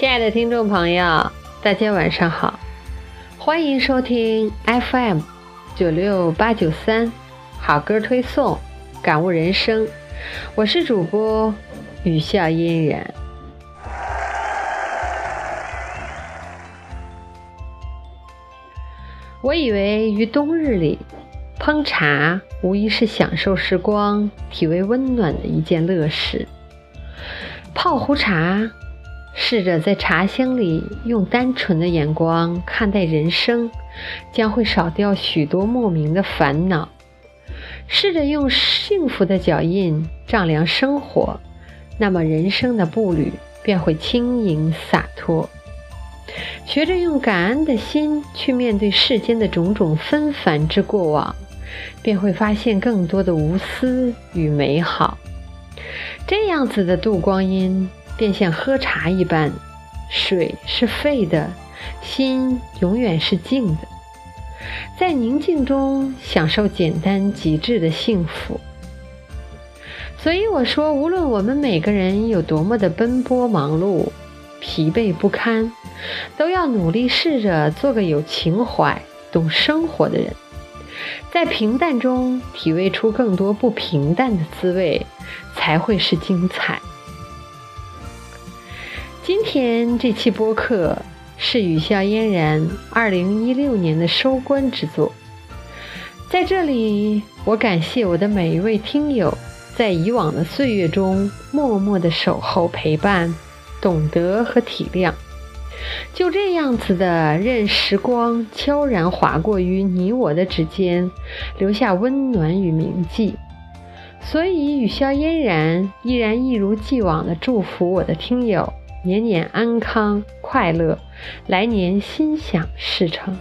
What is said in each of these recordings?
亲爱的听众朋友，大家晚上好，欢迎收听 FM 96893好歌推送，感悟人生，我是主播雨笑嫣然。我以为于冬日里烹茶无疑是享受时光、体味温暖的一件乐事。泡壶茶，试着在茶香里用单纯的眼光看待人生，将会少掉许多莫名的烦恼。试着用幸福的脚印丈量生活，那么人生的步履便会轻盈洒脱。学着用感恩的心去面对世间的种种纷繁之过往，便会发现更多的无私与美好。这样子的度光阴便像喝茶一般，水是沸的，心永远是静的，在宁静中享受简单极致的幸福。所以我说，无论我们每个人有多么的奔波忙碌、疲惫不堪，都要努力试着做个有情怀、懂生活的人，在平淡中体味出更多不平淡的滋味，才会是精彩。今天这期播客是雨笑嫣然2016年的收官之作，在这里我感谢我的每一位听友在以往的岁月中默默的守候陪伴、懂得和体谅，就这样子的任时光悄然划过于你我的指尖，留下温暖与铭记。所以雨笑嫣然依然一如既往的祝福我的听友年年安康快乐，来年心想事成。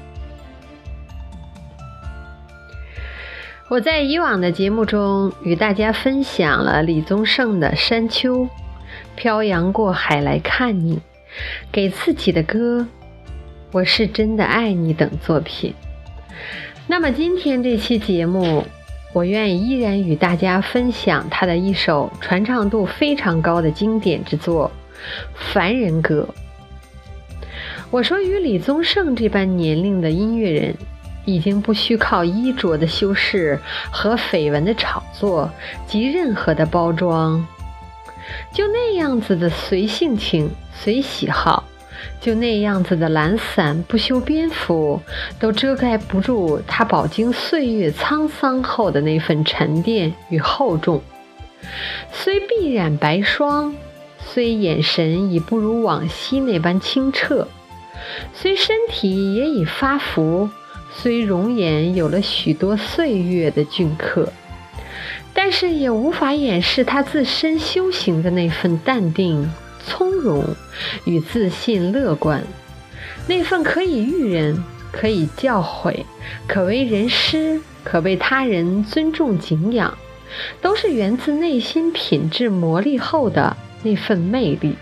我在以往的节目中与大家分享了李宗盛的《山丘》、漂洋过海来看你、给自己的歌、我是真的爱你等作品。那么今天这期节目，我愿意依然与大家分享他的一首传唱度非常高的经典之作《凡人歌》。我说，与李宗盛这般年龄的音乐人，已经不需靠衣着的修饰和绯闻的炒作及任何的包装，就那样子的随性情随喜好，就那样子的懒散不修边幅，都遮盖不住他饱经岁月沧桑后的那份沉淀与厚重。虽鬓染白霜，虽眼神已不如往昔那般清澈，虽身体也已发福，虽容颜有了许多岁月的俊刻，但是也无法掩饰他自身修行的那份淡定从容与自信乐观，那份可以育人、可以教诲、可为人师、可被他人尊重敬仰，都是源自内心品质磨砺后的那份魅力。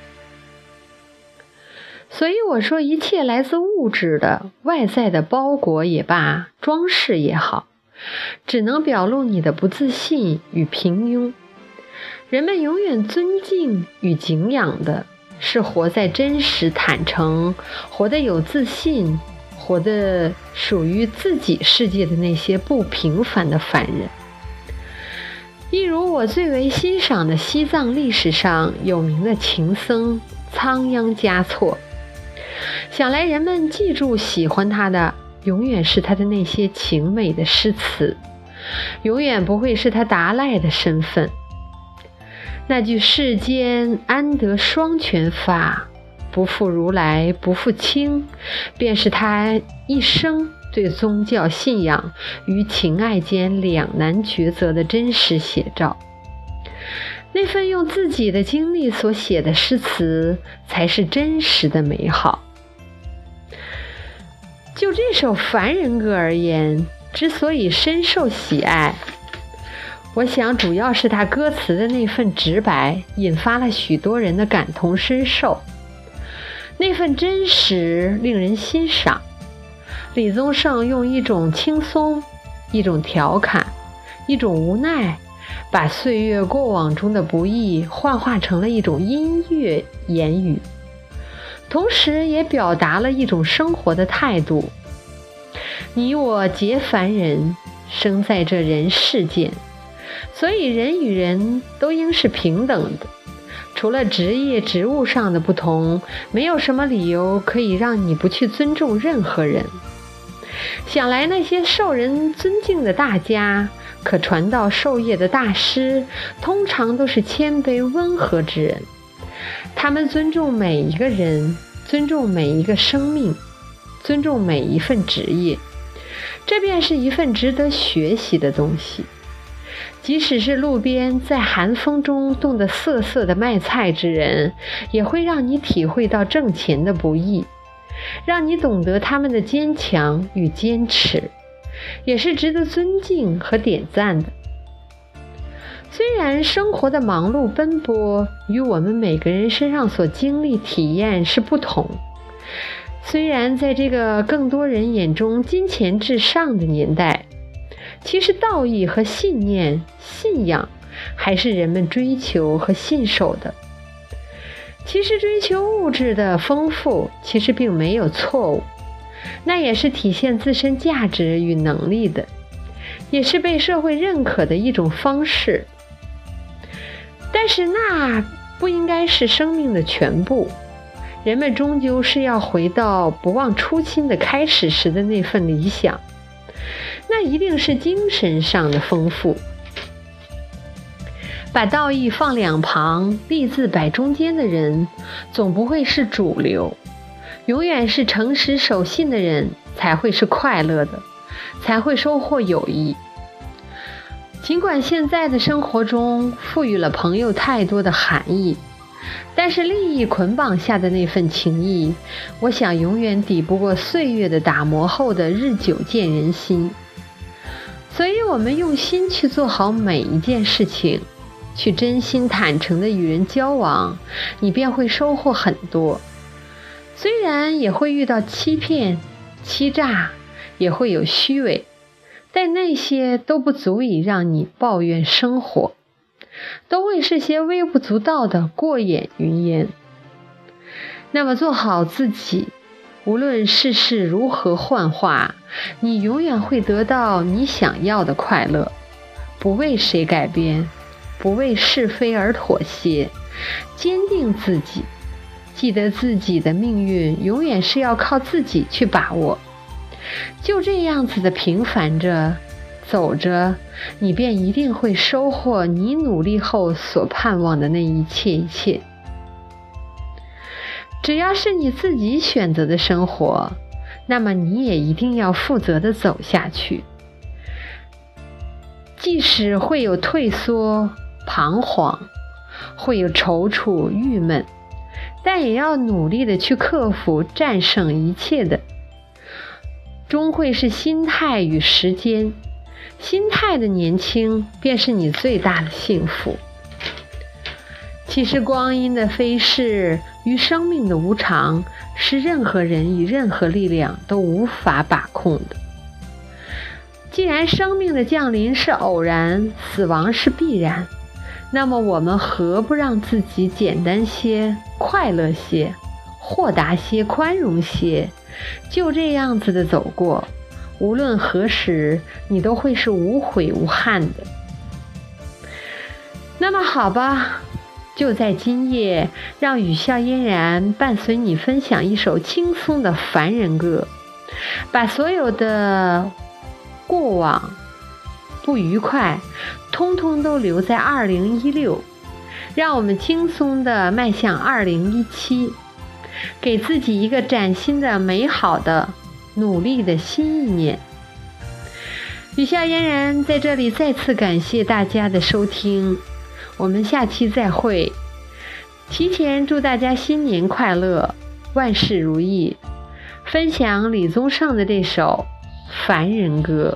所以我说，一切来自物质的外在的包裹也罢，装饰也好，只能表露你的不自信与平庸。人们永远尊敬与敬仰的是活在真实坦诚、活得有自信、活得属于自己世界的那些不平凡的凡人。一如我最为欣赏的西藏历史上有名的情僧仓央嘉措，想来人们记住喜欢他的，永远是他的那些情美的诗词，永远不会是他达赖的身份。那句世间安得双全法，不负如来不负卿，便是他一生对宗教信仰与情爱间两难抉择的真实写照。那份用自己的经历所写的诗词，才是真实的美好。就这首《凡人歌》而言，之所以深受喜爱，我想主要是他歌词的那份直白，引发了许多人的感同身受，那份真实令人欣赏。李宗盛用一种轻松、一种调侃、一种无奈，把岁月过往中的不易幻化成了一种音乐言语。 同时也表达了一种生活的态度。你我皆凡人，生在这人世间，所以人与人都应是平等的。除了职业职务上的不同，没有什么理由可以让你不去尊重任何人。想来那些受人尊敬的大家，可传道授业的大师，通常都是谦卑温和之人。他们尊重每一个人，尊重每一个生命，尊重每一份职业，这便是一份值得学习的东西。即使是路边在寒风中冻得瑟瑟的卖菜之人，也会让你体会到挣钱的不易，让你懂得他们的坚强与坚持，也是值得尊敬和点赞的。虽然生活的忙碌奔波与我们每个人身上所经历体验是不同，虽然在这个更多人眼中金钱至上的年代，其实道义和信念、信仰还是人们追求和信守的。其实追求物质的丰富其实并没有错误，那也是体现自身价值与能力的，也是被社会认可的一种方式。但是那不应该是生命的全部，人们终究是要回到不忘初心的开始时的那份理想，那一定是精神上的丰富。把道义放两旁，利字摆中间的人，总不会是主流。永远是诚实守信的人才会是快乐的，才会收获友谊。尽管现在的生活中赋予了朋友太多的含义，但是利益捆绑下的那份情谊，我想永远抵不过岁月的打磨后的日久见人心。所以我们用心去做好每一件事情，去真心坦诚地与人交往，你便会收获很多。虽然也会遇到欺骗、欺诈，也会有虚伪，但那些都不足以让你抱怨生活，都会是些微不足道的过眼云烟。那么做好自己，无论世事如何幻化，你永远会得到你想要的快乐。不为谁改变，不为是非而妥协，坚定自己，记得自己的命运永远是要靠自己去把握。就这样子的平凡着走着，你便一定会收获你努力后所盼望的那一切一切。只要是你自己选择的生活，那么你也一定要负责地走下去。即使会有退缩、彷徨，会有踌躇、郁闷，但也要努力地去克服、战胜一切的。终会是心态与时间，心态的年轻便是你最大的幸福。其实光阴的飞逝与生命的无常，是任何人与任何力量都无法把控的。既然生命的降临是偶然，死亡是必然，那么我们何不让自己简单些、快乐些、豁达些、宽容些，就这样子的走过，无论何时你都会是无悔无憾的。那么好吧，就在今夜，让雨笑嫣然伴随你分享一首轻松的凡人歌，把所有的过往不愉快通通都留在2016，让我们轻松地迈向2017，给自己一个崭新的、美好的、努力的新一年。雨笑嫣然在这里再次感谢大家的收听，我们下期再会。提前祝大家新年快乐，万事如意。分享李宗盛的这首《凡人歌》。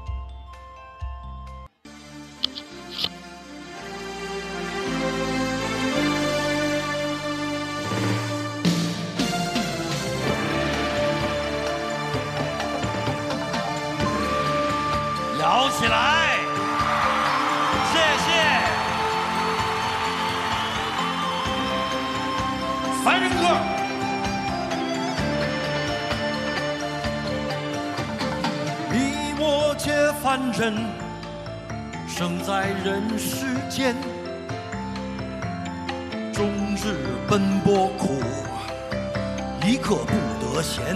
摇起来，谢谢。凡人歌， 凡人，生在人世间，终日奔波苦，一刻不得闲。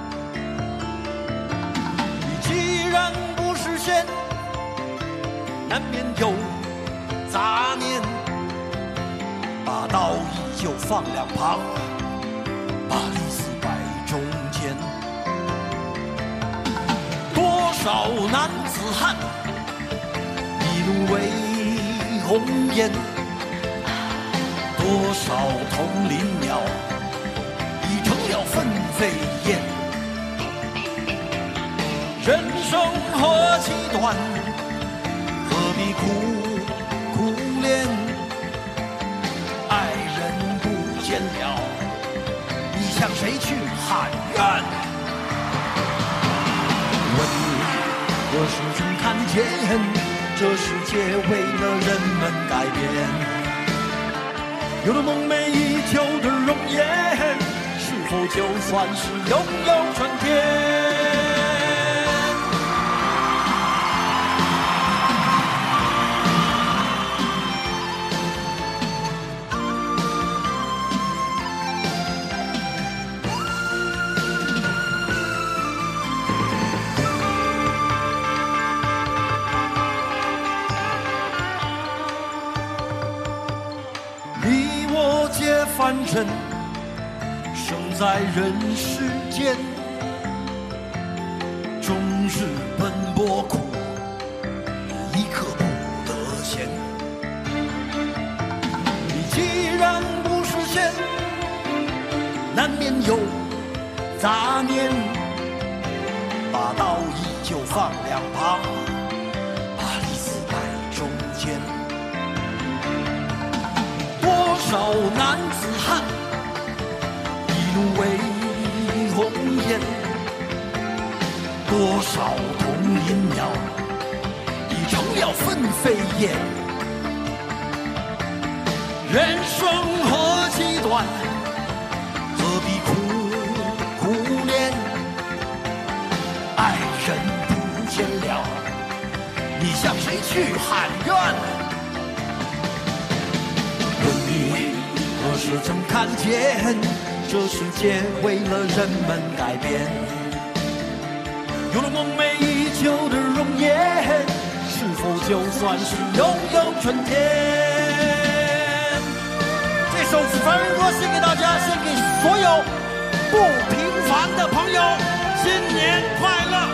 你既然不是仙，难免有杂念，把道义就放两旁，把利字摆中间。多少男子汉，一怒为红颜；多少同林鸟，已成了分飞燕。人生何其短，何必苦恋？爱人不见了，你向谁去喊冤？问你何时曾看见这世界为了人们改变？有了梦寐以求的容颜，是否就算是拥有春天？你我皆凡人，生在人世间，终日奔波苦，一刻不得闲。你既然不是仙，难免有杂念，把道义就放两旁，把利字摆中间。多少男子汉，一怒为红颜；多少同林鸟，已成了分飞燕。人生何其短，何必苦恋？爱人不见了，你向谁去喊冤？何时曾看见这世界为了人们改变？有了梦寐以求的容颜，是否就算是拥有春天？这首凡人歌献给大家，献给所有不平凡的朋友，新年快乐！